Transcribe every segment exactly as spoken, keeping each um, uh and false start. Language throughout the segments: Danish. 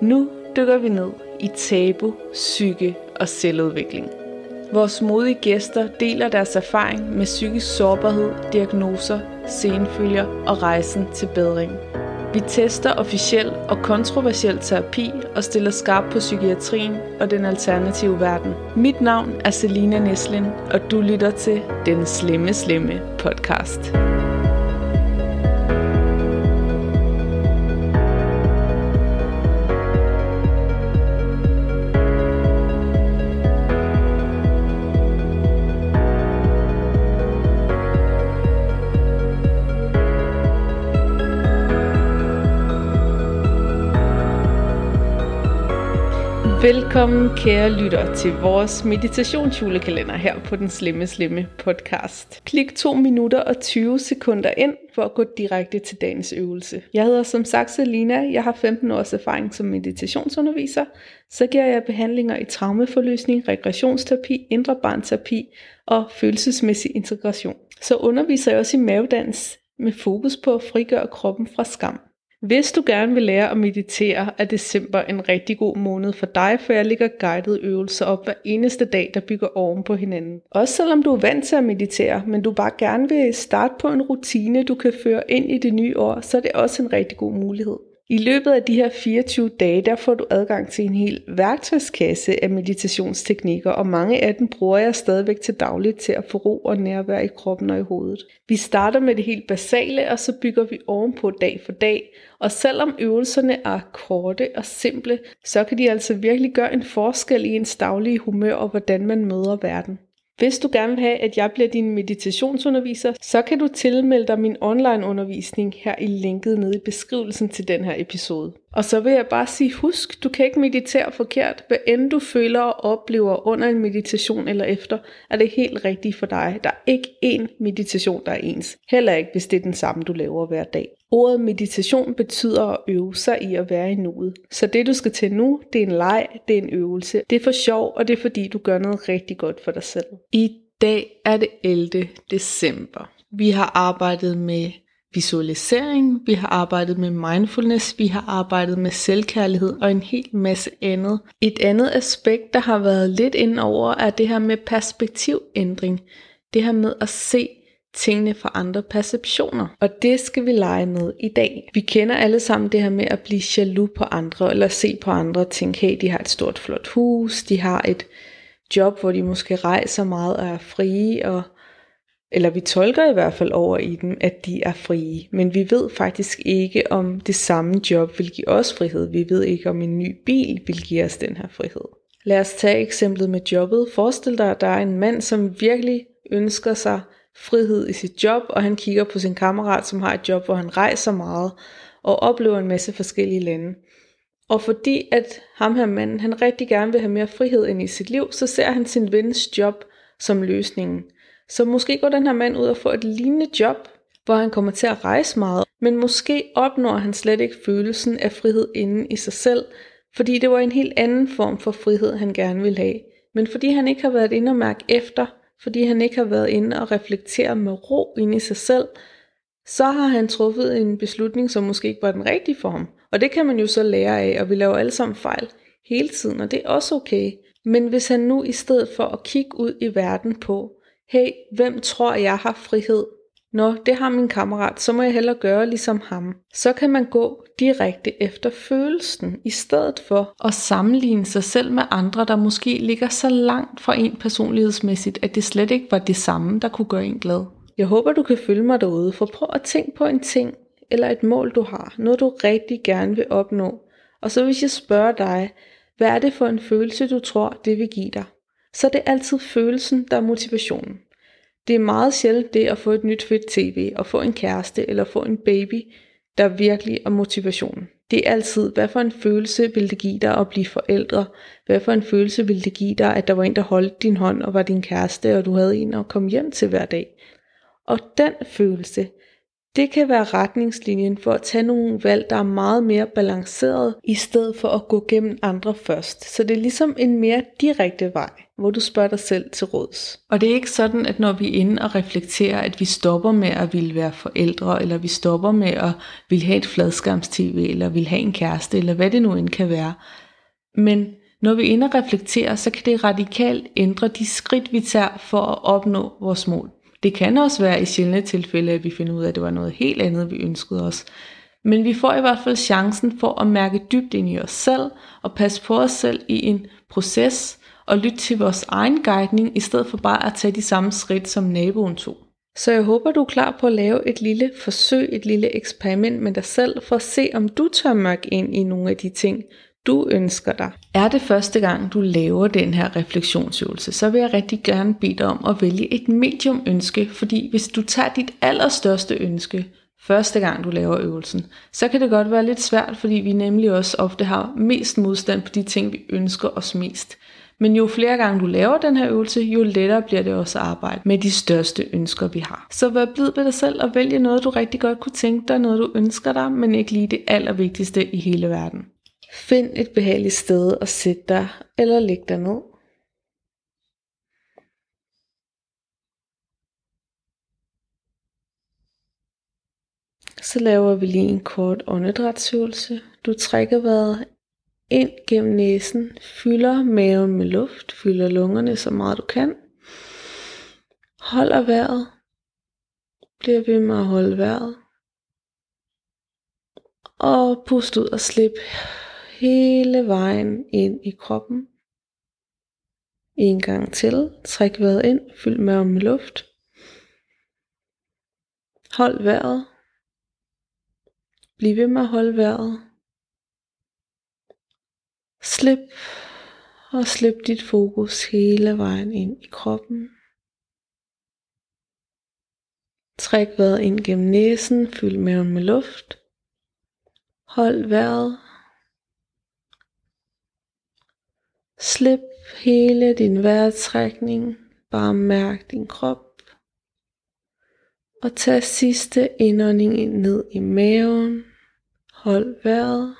Nu dykker vi ned i tabu, psyke og selvudvikling. Vores modige gæster deler deres erfaring med psykisk sårbarhed, diagnoser, senfølger og rejsen til bedring. Vi tester officiel og kontroversiel terapi og stiller skarp på psykiatrien og den alternative verden. Mit navn er Selina Neslin, og du lytter til Den Slemme Slemme podcast. Velkommen kære lytter til vores meditationsjulekalender her på Den Slemme Slemme podcast. Klik to minutter og tyve sekunder ind for at gå direkte til dagens øvelse. Jeg hedder som sagt Selina, jeg har femten års erfaring som meditationsunderviser. Så giver jeg behandlinger i traumeforløsning, regressionsterapi, indre barnterapi og følelsesmæssig integration. Så underviser jeg også i mavedans med fokus på at frigøre kroppen fra skam. Hvis du gerne vil lære at meditere, er december en rigtig god måned for dig, for jeg lægger guidede øvelser op hver eneste dag, der bygger oven på hinanden. Også selvom du er vant til at meditere, men du bare gerne vil starte på en rutine, du kan føre ind i det nye år, så er det også en rigtig god mulighed. I løbet af de her fireogtyve dage, der får du adgang til en hel værktøjskasse af meditationsteknikker, og mange af dem bruger jeg stadigvæk til dagligt til at få ro og nærvær i kroppen og i hovedet. Vi starter med det helt basale, og så bygger vi ovenpå dag for dag. Og selvom øvelserne er korte og simple, så kan de altså virkelig gøre en forskel i ens daglige humør og hvordan man møder verden. Hvis du gerne vil have, at jeg bliver din meditationsunderviser, så kan du tilmelde dig min online undervisning her i linket nede i beskrivelsen til den her episode. Og så vil jeg bare sige, husk, du kan ikke meditere forkert. Hvad end du føler og oplever under en meditation eller efter, er det helt rigtigt for dig. Der er ikke én meditation, der er ens. Heller ikke, hvis det er den samme, du laver hver dag. Ordet meditation betyder at øve sig i at være i nuet. Så det du skal til nu, det er en leg, det er en øvelse. Det er for sjov, og det er fordi du gør noget rigtig godt for dig selv. I dag er det ellevte december. Vi har arbejdet med visualisering, vi har arbejdet med mindfulness, vi har arbejdet med selvkærlighed og en hel masse andet. Et andet aspekt, der har været lidt inde over, er det her med perspektivændring. Det her med at se tingene fra andre perceptioner. Og det skal vi lege med i dag. Vi kender alle sammen det her med at blive jaloux på andre, eller se på andre og tænke, hey, de har et stort flot hus, de har et job, hvor de måske rejser meget og er frie, og eller vi tolker i hvert fald over i dem, at de er frie. Men vi ved faktisk ikke, om det samme job vil give os frihed. Vi ved ikke, om en ny bil vil give os den her frihed. Lad os tage eksemplet med jobbet. Forestil dig, at der er en mand, som virkelig ønsker sig frihed i sit job, og han kigger på sin kammerat, som har et job, hvor han rejser meget, og oplever en masse forskellige lande. Og fordi at ham her manden, han rigtig gerne vil have mere frihed ind i sit liv, så ser han sin vens job som løsningen. Så måske går den her mand ud og får et lignende job, hvor han kommer til at rejse meget, men måske opnår han slet ikke følelsen af frihed inde i sig selv, fordi det var en helt anden form for frihed, han gerne ville have. Men fordi han ikke har været inde og mærke efter, fordi han ikke har været inde og reflektere med ro inde i sig selv, så har han truffet en beslutning, som måske ikke var den rigtige for ham. Og det kan man jo så lære af, og vi laver alle sammen fejl hele tiden, og det er også okay. Men hvis han nu i stedet for at kigge ud i verden på, hey, hvem tror jeg har frihed? Nå, det har min kammerat, så må jeg hellere gøre ligesom ham. Så kan man gå direkte efter følelsen, i stedet for at sammenligne sig selv med andre, der måske ligger så langt fra en personlighedsmæssigt, at det slet ikke var det samme, der kunne gøre en glad. Jeg håber, du kan følge mig derude, for prøv at tænke på en ting, eller et mål du har, noget du rigtig gerne vil opnå. Og så hvis jeg spørger dig, hvad er det for en følelse, du tror, det vil give dig? Så det er altid følelsen, der er motivationen. Det er meget sjældent det at få et nyt fedt tv, og få en kæreste eller få en baby, der virkelig er motivationen. Det er altid, hvad for en følelse vil det give dig at blive forældre? Hvad for en følelse vil det give dig, at der var en, der holdt din hånd og var din kæreste, og du havde en at komme hjem til hver dag? Og den følelse, Det kan være retningslinjen for at tage nogle valg, der er meget mere balanceret, i stedet for at gå gennem andre først. Så det er ligesom en mere direkte vej, hvor du spørger dig selv til råds. Og det er ikke sådan, at når vi er inde og reflekterer, at vi stopper med at ville være forældre, eller vi stopper med at ville have et fladskærms-tv, eller ville have en kæreste, eller hvad det nu end kan være. Men når vi er inde og reflekterer, så kan det radikalt ændre de skridt, vi tager for at opnå vores mål. Det kan også være i sjældne tilfælde, at vi finder ud af, at det var noget helt andet, vi ønskede os. Men vi får i hvert fald chancen for at mærke dybt ind i os selv, og passe på os selv i en proces, og lytte til vores egen guidning, i stedet for bare at tage de samme skridt, som naboen tog. Så jeg håber, du er klar på at lave et lille forsøg, et lille eksperiment med dig selv, for at se, om du tør mærke ind i nogle af de ting, du ønsker dig. Er det første gang, du laver den her refleksionsøvelse, så vil jeg rigtig gerne bede dig om at vælge et medium ønske, fordi hvis du tager dit allerstørste ønske første gang, du laver øvelsen, så kan det godt være lidt svært, fordi vi nemlig også ofte har mest modstand på de ting, vi ønsker os mest. Men jo flere gange du laver den her øvelse, jo lettere bliver det også at arbejde med de største ønsker, vi har. Så vær blid ved dig selv og vælge noget, du rigtig godt kunne tænke dig, noget du ønsker dig, men ikke lige det allervigtigste i hele verden. Find et behageligt sted at sætte dig eller lægge dig ned. Så laver vi lige en kort åndedrætsøvelse. Du trækker vejret ind gennem næsen, fylder maven med luft, fylder lungerne så meget du kan. Holder vejret. Bliver ved med at holde vejret. Og pust ud og slip hele vejen ind i kroppen. En gang til. Træk vejret ind, fyld maven med luft. Hold vejret. Bliv ved med at holde vejret. Slip og slip dit fokus hele vejen ind i kroppen. Træk vejret ind gennem næsen, fyld maven med luft. Hold vejret. Slip hele din vejrtrækning. Bare mærk din krop. Og tag sidste indånding ind ned i maven. Hold vejret.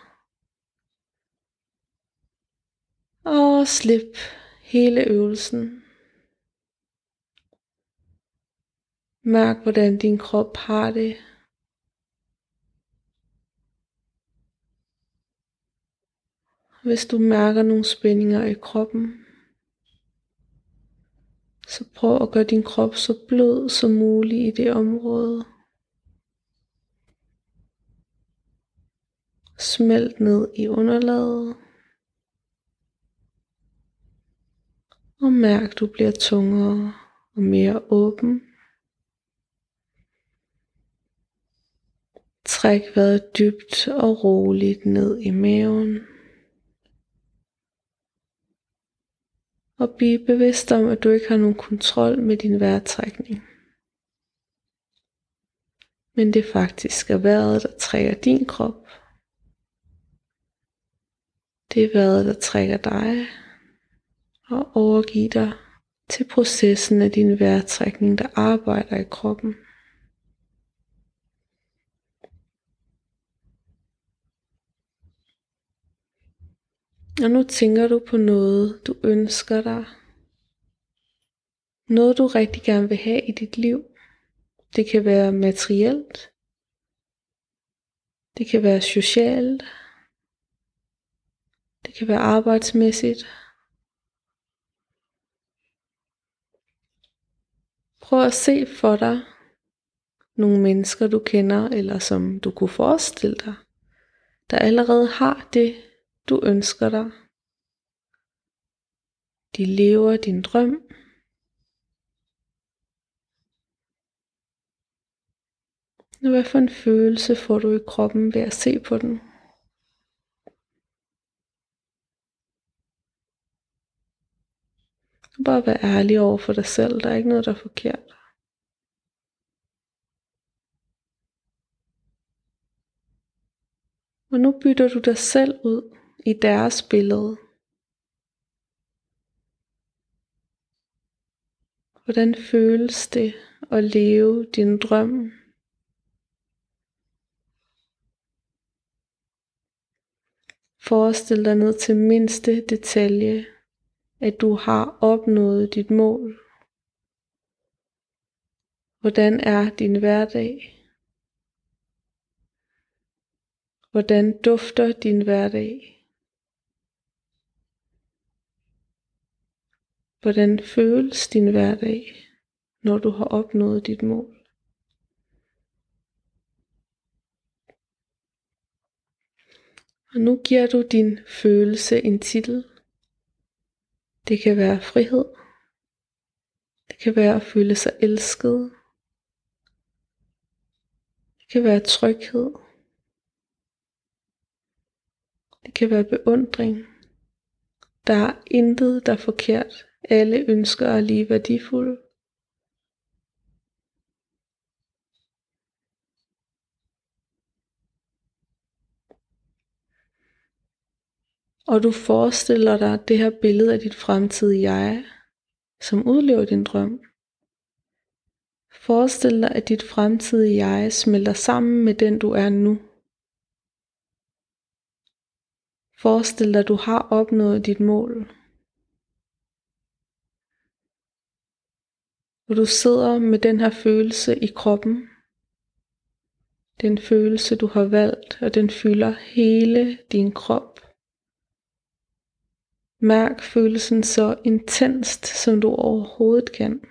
Og slip hele øvelsen. Mærk hvordan din krop har det. Hvis du mærker nogle spændinger i kroppen, så prøv at gøre din krop så blød som muligt i det område. Smelt ned i underlaget. Og mærk du bliver tungere og mere åben. Træk vejret dybt og roligt ned i maven. Og bliv bevidst om, at du ikke har nogen kontrol med din vejrtrækning. Men det faktisk er vejret, der trækker din krop. Det er vejret, der trækker dig og overgiver dig til processen af din vejrtrækning, der arbejder i kroppen. Og nu tænker du på noget, du ønsker dig. Noget du rigtig gerne vil have i dit liv. Det kan være materielt. Det kan være socialt. Det kan være arbejdsmæssigt. Prøv at se for dig nogle mennesker du kender, eller som du kunne forestille dig, der allerede har det, du ønsker dig. De lever din drøm. Hvad for en følelse får du i kroppen ved at se på den? Bare vær ærlig over for dig selv. Der er ikke noget, der er forkert. Og nu bytter du dig selv ud i deres billede. Hvordan føles det at leve din drøm? Forestil dig ned til mindste detalje, at du har opnået dit mål. Hvordan er din hverdag? Hvordan dufter din hverdag? Hvordan føles din hverdag, når du har opnået dit mål? Og nu giver du din følelse en titel. Det kan være frihed. Det kan være at føle sig elsket. Det kan være tryghed. Det kan være beundring. Der er intet, der er forkert. Alle ønsker er lige værdifulde. Og du forestiller dig det her billede af dit fremtidige jeg, som udlever din drøm. Forestil dig, at dit fremtidige jeg smelter sammen med den du er nu. Forestil dig, at du har opnået dit mål. Og du sidder med den her følelse i kroppen. Den følelse du har valgt, og den fylder hele din krop. Mærk følelsen så intenst, som du overhovedet kan.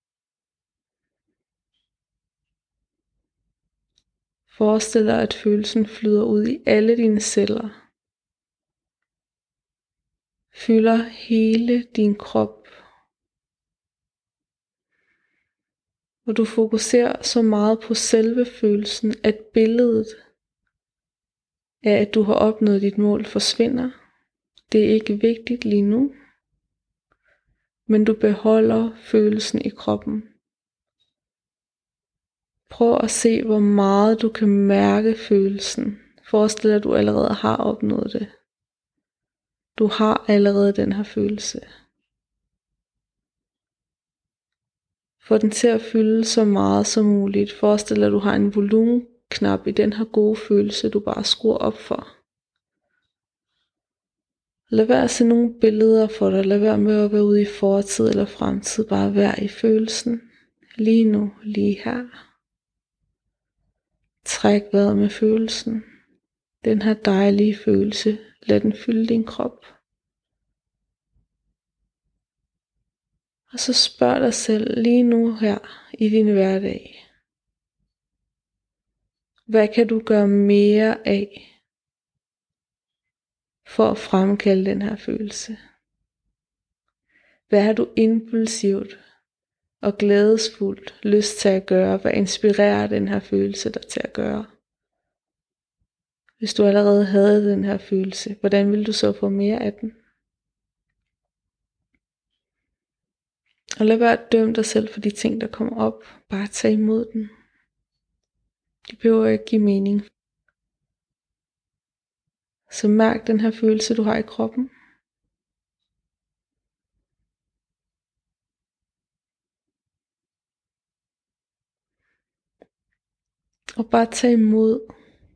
Forestil dig, at følelsen flyder ud i alle dine celler. Fylder hele din krop. Og du fokuserer så meget på selve følelsen, at billedet af, at du har opnået dit mål, forsvinder. Det er ikke vigtigt lige nu, men du beholder følelsen i kroppen. Prøv at se, hvor meget du kan mærke følelsen. Forestil dig, at du allerede har opnået det. Du har allerede den her følelse. Få den til at fylde så meget som muligt. Forestil dig, at du har en volumenknap i den her gode følelse, du bare skruer op for. Lad være at se nogle billeder for dig. Lad være med at være ude i fortid eller fremtid. Bare vær i følelsen. Lige nu, lige her. Træk vejret med følelsen. Den her dejlige følelse. Lad den fylde din krop. Og så spørg dig selv lige nu her i din hverdag. Hvad kan du gøre mere af for at fremkalde den her følelse? Hvad har du impulsivt og glædesfuldt lyst til at gøre? Hvad inspirerer den her følelse dig til at gøre? Hvis du allerede havde den her følelse, hvordan vil du så få mere af den? Og lad være at dømme dig selv for de ting, der kommer op. Bare tag imod den. Det behøver ikke give mening. Så mærk den her følelse, du har i kroppen. Og bare tag imod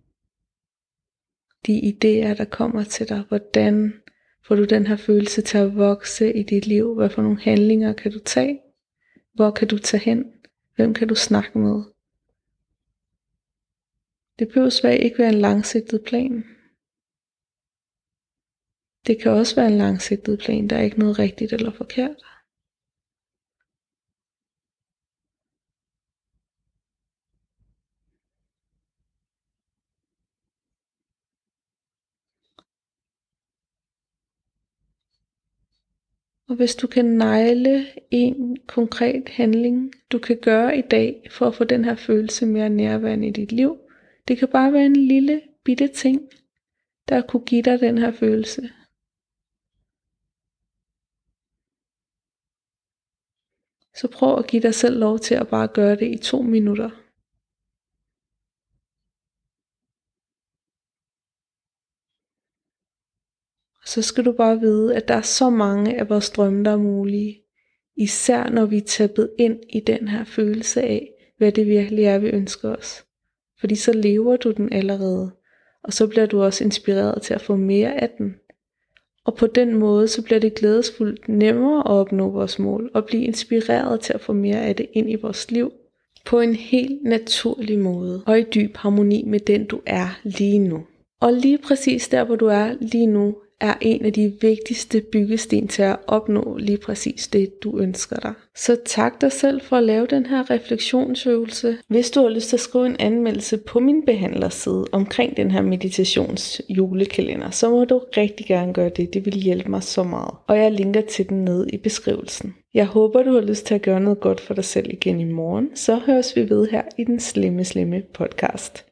de idéer, der kommer til dig. Hvordan får du den her følelse til at vokse i dit liv? Hvad for nogle handlinger kan du tage? Hvor kan du tage hen? Hvem kan du snakke med? Det behøver svært ikke være en langsigtet plan. Det kan også være en langsigtet plan. Der er ikke noget rigtigt eller forkert. Og hvis du kan negle en konkret handling, du kan gøre i dag, for at få den her følelse mere nærværende i dit liv. Det kan bare være en lille bitte ting, der kunne give dig den her følelse. Så prøv at give dig selv lov til at bare gøre det i to minutter. Så skal du bare vide, at der er så mange af vores drømme, der er mulige. Især når vi er tappet ind i den her følelse af, hvad det virkelig er, vi ønsker os. Fordi så lever du den allerede. og så bliver du også inspireret til at få mere af den. Og på den måde, så bliver det glædesfuldt nemmere at opnå vores mål, og blive inspireret til at få mere af det ind i vores liv, på en helt naturlig måde, og i dyb harmoni med den du er lige nu. Og lige præcis der hvor du er lige nu, er en af de vigtigste byggesten til at opnå lige præcis det, du ønsker dig. Så tak dig selv for at lave den her refleksionsøvelse. Hvis du har lyst til at skrive en anmeldelse på min behandlerside omkring den her meditations julekalender, så må du rigtig gerne gøre det. Det vil hjælpe mig så meget. Og jeg linker til den nede i beskrivelsen. Jeg håber, du har lyst til at gøre noget godt for dig selv igen i morgen. Så høres vi ved her i den slemme, slemme podcast.